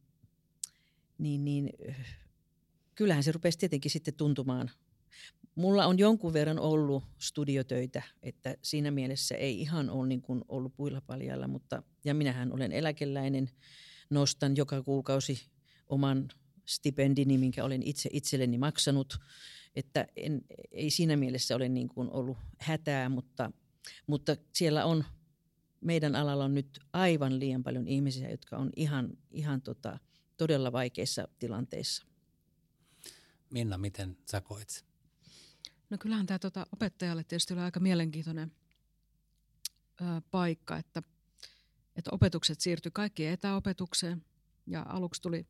kyllähän se rupesi tietenkin sitten tuntumaan. Mulla on jonkun verran ollut studiotöitä, että siinä mielessä ei ihan ole niin kuin ollut puilla paljalla, ja minähän olen eläkeläinen, nostan joka kuukausi oman stipendini, minkä olen itse itselleni maksanut, että ei siinä mielessä ole niin kuin ollut hätää, mutta siellä on, meidän alalla on nyt aivan liian paljon ihmisiä, jotka on ihan todella vaikeissa tilanteissa. Minna, miten sä koit sen? No kyllähän tämä opettajalle tietysti oli aika mielenkiintoinen paikka, että opetukset siirtyi kaikki etäopetukseen Ja aluksi tuli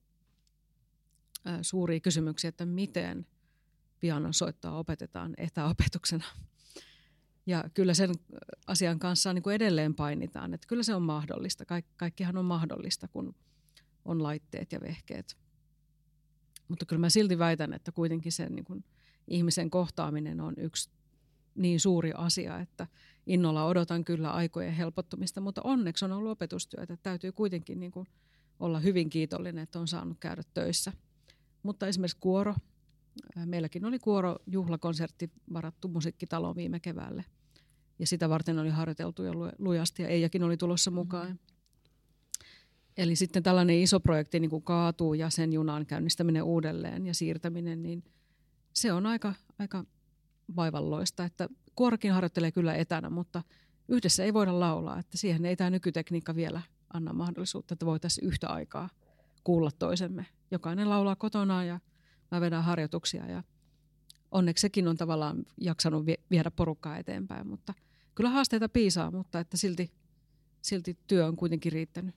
suuria kysymyksiä, että miten pianon soittoa opetetaan etäopetuksena. Ja kyllä sen asian kanssa niin kuin edelleen painitaan, että kyllä se on mahdollista. Kaikkihan on mahdollista, kun on laitteet ja vehkeet. Mutta kyllä mä silti väitän, että kuitenkin sen niin kuin ihmisen kohtaaminen on yksi niin suuri asia, että innolla odotan kyllä aikojen helpottumista, mutta onneksi on ollut opetustyötä. Täytyy kuitenkin niin kuin olla hyvin kiitollinen, että on saanut käydä töissä. Mutta esimerkiksi kuoro. Meilläkin oli kuorojuhlakonsertti varattu musiikkitaloon viime keväälle. Ja sitä varten oli harjoiteltu jo lujasti ja Eijakin oli tulossa mukaan. Eli sitten tällainen iso projekti niin kuin kaatuu ja sen junan käynnistäminen uudelleen ja siirtäminen, niin se on aika vaivalloista. Että kuorokin harjoittelee kyllä etänä, mutta yhdessä ei voida laulaa. Että siihen ei tämä nykytekniikka vielä anna mahdollisuutta, että voitaisiin yhtä aikaa kuulla toisemme. Jokainen laulaa kotonaan ja mä vedän harjoituksia ja onneksi sekin on tavallaan jaksanut viedä porukkaa eteenpäin, mutta kyllä haasteita piisaa, mutta että silti työ on kuitenkin riittänyt.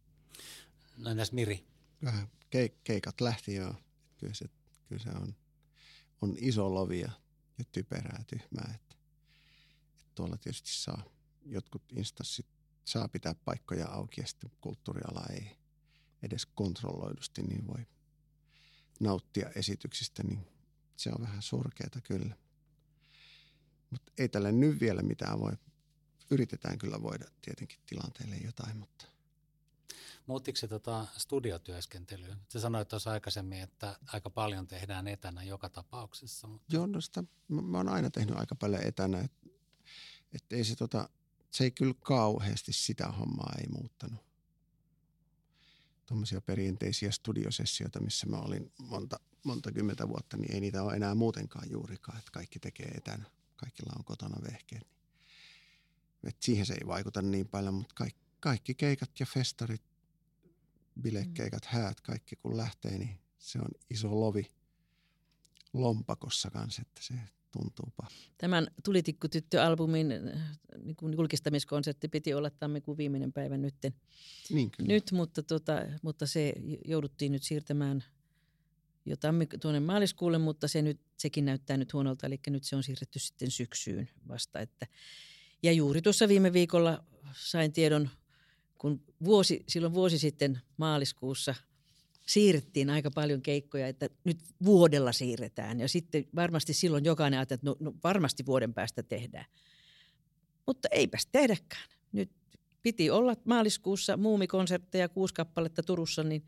No entäs Miri? Keikat lähti jo. Kyllä se on iso lovi ja typerää tyhmää. Että tuolla tietysti jotkut instanssit saa pitää paikkoja auki ja sitten kulttuuriala ei edes kontrolloidusti niin voi nauttia esityksistä, niin se on vähän surkeata kyllä. Mutta ei tälle nyt vielä mitään voi. Yritetään kyllä voida tietenkin tilanteelle jotain, mutta... Muuttiko se studiotyöskentelyä? Sä sanoit tuossa aikaisemmin, että aika paljon tehdään etänä joka tapauksessa. Mutta... Joo, no sitä, mä oon aina tehnyt aika paljon etänä, että ei se ei kyllä kauheasti sitä hommaa ei muuttanut. Tuommoisia perinteisiä studiosessioita, missä mä olin monta kymmentä vuotta, niin ei niitä ole enää muutenkaan juurikaan, että kaikki tekee etänä. Kaikilla on kotona vehkeet. Et siihen se ei vaikuta niin paljon, mutta kaikki keikat ja festarit, bilekeikat, häät, kaikki kun lähtee, niin se on iso lovi lompakossa kanssa, että se tuntuu paha. Tämän Tulitikkutyttö-albumin niin julkistamiskonsertti piti olla tammikuun viimeinen päivä Niin kyllä. nyt, mutta se jouduttiin nyt siirtämään jo tuonne maaliskuulle, mutta sekin näyttää nyt huonolta, eli nyt se on siirretty sitten syksyyn vasta. Ja juuri tuossa viime viikolla sain tiedon, kun silloin vuosi sitten maaliskuussa siirrettiin aika paljon keikkoja, että nyt vuodella siirretään. Ja sitten varmasti silloin jokainen ajattelee, että no varmasti vuoden päästä tehdään. Mutta eipäs tehdäkään. Nyt piti olla maaliskuussa muumikonsertteja 6 kappaletta Turussa, niin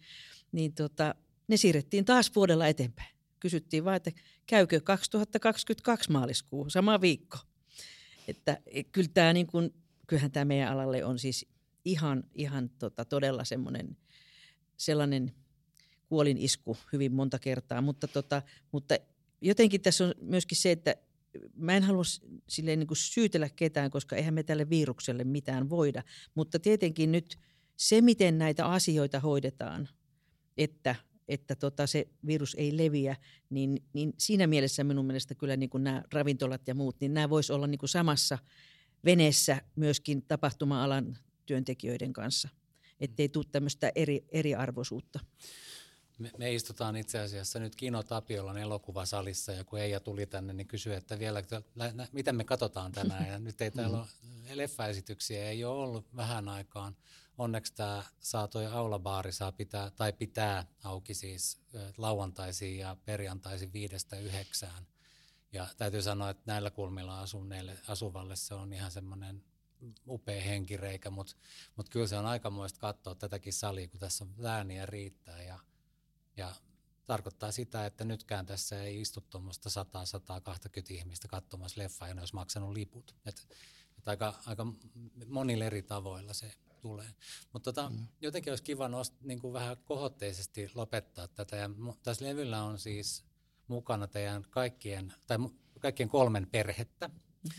ne siirrettiin taas vuodella eteenpäin. Kysyttiin vaan, että käykö 2022 maaliskuu, sama viikko. Että kyllähän tämä meidän alalle on siis ihan todella sellainen kuolinisku hyvin monta kertaa. Mutta jotenkin tässä on myöskin se, että mä en halua silleen niin kuin syytellä ketään, koska eihän me tälle virukselle mitään voida. Mutta tietenkin nyt se, miten näitä asioita hoidetaan, että se virus ei leviä, niin siinä mielessä minun mielestä kyllä niin kuin nämä ravintolat ja muut, niin nämä voisi olla niin kuin samassa veneessä myöskin tapahtuma-alan työntekijöiden kanssa, ettei tule tämmöistä eriarvoisuutta. Me istutaan itse asiassa nyt Kino Tapiolan elokuvasalissa ja kun Eija tuli tänne, niin kysyi, että vielä, mitä me katsotaan tänään. Ja nyt ei täällä ole leffaesityksiä, ei ole ollut vähän aikaan. Onneksi tämä toi aulabaari pitää auki siis lauantaisin ja perjantaisin 5-9. Ja täytyy sanoa, että näillä kulmilla asuvalle se on ihan semmoinen upea henkireikä, mutta kyllä se on aikamoista katsoa tätäkin salia, kun tässä on ääniä riittää ja tarkoittaa sitä, että nytkään tässä ei istu tuommoista 100-120 ihmistä katsomassa leffaa ja ne olisi maksanut liput. Aika monilla eri tavoilla se tulee. Mutta jotenkin olisi kiva niin kuin vähän kohotteisesti lopettaa tätä. Ja tässä levyllä on siis mukana teidän kaikkien 3 perhettä,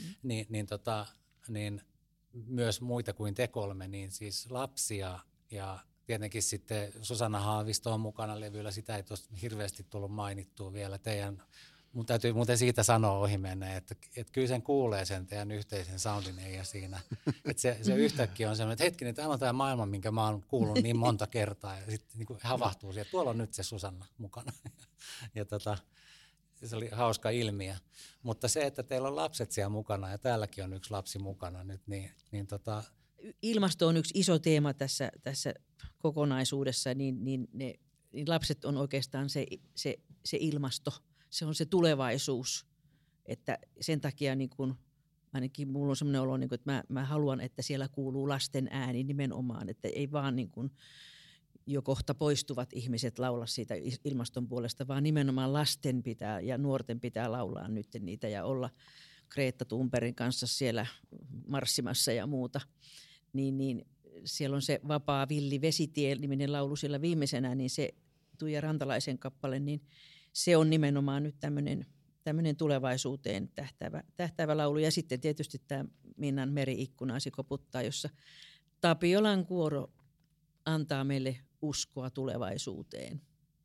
niin myös muita kuin te 3, niin siis lapsia ja tietenkin sitten Susanna Haavisto on mukana levyllä. Sitä ei tuossa hirveästi tullut mainittua vielä. Teidän Mun täytyy muuten siitä sanoa ohi mennä, että kyllä sen kuulee sen teidän yhteisen soundin ja siinä. Että se yhtäkkiä on semmoinen, että hetkinen, täällä on tämä maailma, minkä mä oon kuullut niin monta kertaa. Ja sitten niin havahtuu siihen, että tuolla on nyt se Susanna mukana. Ja se oli hauska ilmiö. Mutta se, että teillä on lapset siellä mukana ja täälläkin on yksi lapsi mukana nyt, niin ilmasto on yksi iso teema tässä kokonaisuudessa, niin lapset on oikeastaan se ilmasto. Se on se tulevaisuus, että sen takia niin kun, ainakin mulla on sellainen olo, niin kun, että mä haluan, että siellä kuuluu lasten ääni nimenomaan, että ei vaan niin kun jo kohta poistuvat ihmiset laula siitä ilmaston puolesta, vaan nimenomaan lasten pitää ja nuorten pitää laulaa nyt niitä ja olla Greta Thunbergin kanssa siellä marssimassa ja muuta. Niin siellä on se Vapaa villi vesitie-niminen laulu siellä viimeisenä, niin se Tuija Rantalaisen kappale, niin se on nimenomaan nyt tämmöinen tulevaisuuteen tähtäävä laulu. Ja sitten tietysti tämä Minnan Meri-ikkunasi koputtaa, jossa Tapiolan kuoro antaa meille uskoa tulevaisuuteen.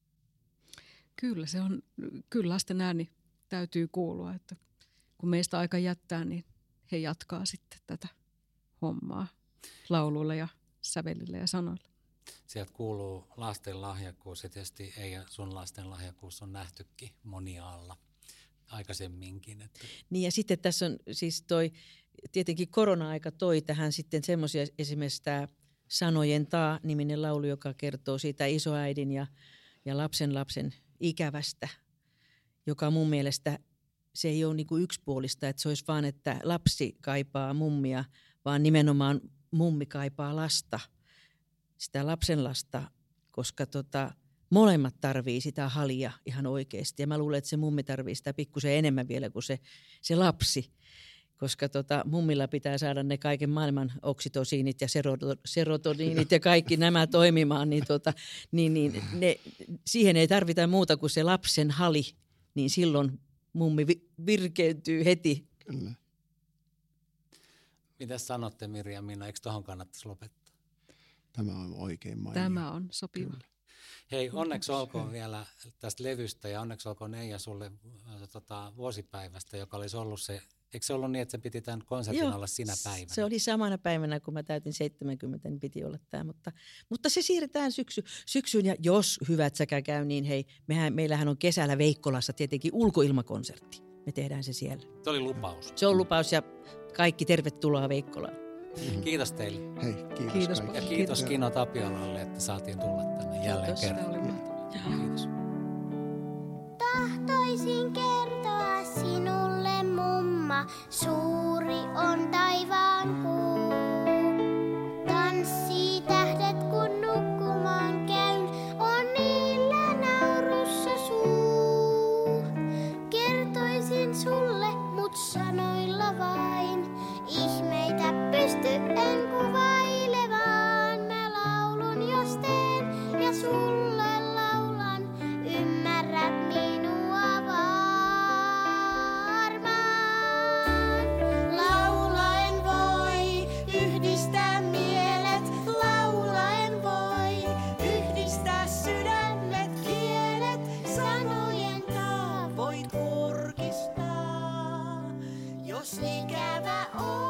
Kyllä lasten ääni täytyy kuulua, että kun meistä aika jättää, niin he jatkaa sitten tätä hommaa lauluilla ja sävelillä ja sanoilla. Sieltä kuuluu lasten lahjakkuus ja tietysti Eija, sun lasten lahjakkuus on nähtykin monialla aikaisemminkin. Että. Niin ja sitten tässä on siis tietenkin korona-aika toi tähän sitten semmoisia, esimerkiksi tämä Sanojen taa-niminen laulu, joka kertoo siitä isoäidin ja lapsen ikävästä, joka mun mielestä se ei ole niinku yksipuolista, että se olisi vaan, että lapsi kaipaa mummia, vaan nimenomaan mummi kaipaa lasta, sitä lapsen lasta, koska molemmat tarvii sitä halia ihan oikeasti. Ja mä luulen, että se mummi tarvii sitä pikkusen enemmän vielä kuin se lapsi, koska mummilla pitää saada ne kaiken maailman oksitosiinit ja serotoniinit ja kaikki nämä toimimaan, niin siihen ei tarvita muuta kuin se lapsen hali, niin silloin mummi virkeytyy heti. Kyllä. Mitäs sanotte Mirja ja Minna, eikö tuohon kannattaisi lopettaa? Tämä on oikein mainio. Tämä on sopiva. Kyllä. Hei, onneksi olkoon vielä tästä levystä ja onneksi olkoon Eija sulle vuosipäivästä, joka olisi ollut se, eikö se ollut niin, että se piti tämän konsertin olla sinä päivänä? Se oli samana päivänä, kun mä täytin 70, niin piti olla tämä, mutta se siirretään syksyyn ja jos hyvät säkä käy, niin hei, meillähän on kesällä Veikkolassa tietenkin ulkoilmakonsertti. Me tehdään se siellä. Se oli lupaus. Se on lupaus ja kaikki tervetuloa Veikkolaan. Kiitos teille. Hei, Kiitos. kaikille. Ja kiitos Kino Tapiolalle, että saatiin tulla tänne jälleen kerran. Kiitos. Tahtoisin kertoa sinulle, mumma, suuri on taivaan kuu. Tanssii tähdet, kun nukkumaan käyn, on niillä naurussa suu. Kertoisin sulle, mut sanoilla vain, ihmeitä pysty en kuvailemaan. Mä laulun jos teen ja sulle laulan, ymmärrä minua varmaan. Laulaen voi yhdistää mielet, laulaen voi yhdistää sydämet, kielet, sanojen taa voit kurkistaa, jos ikävä on.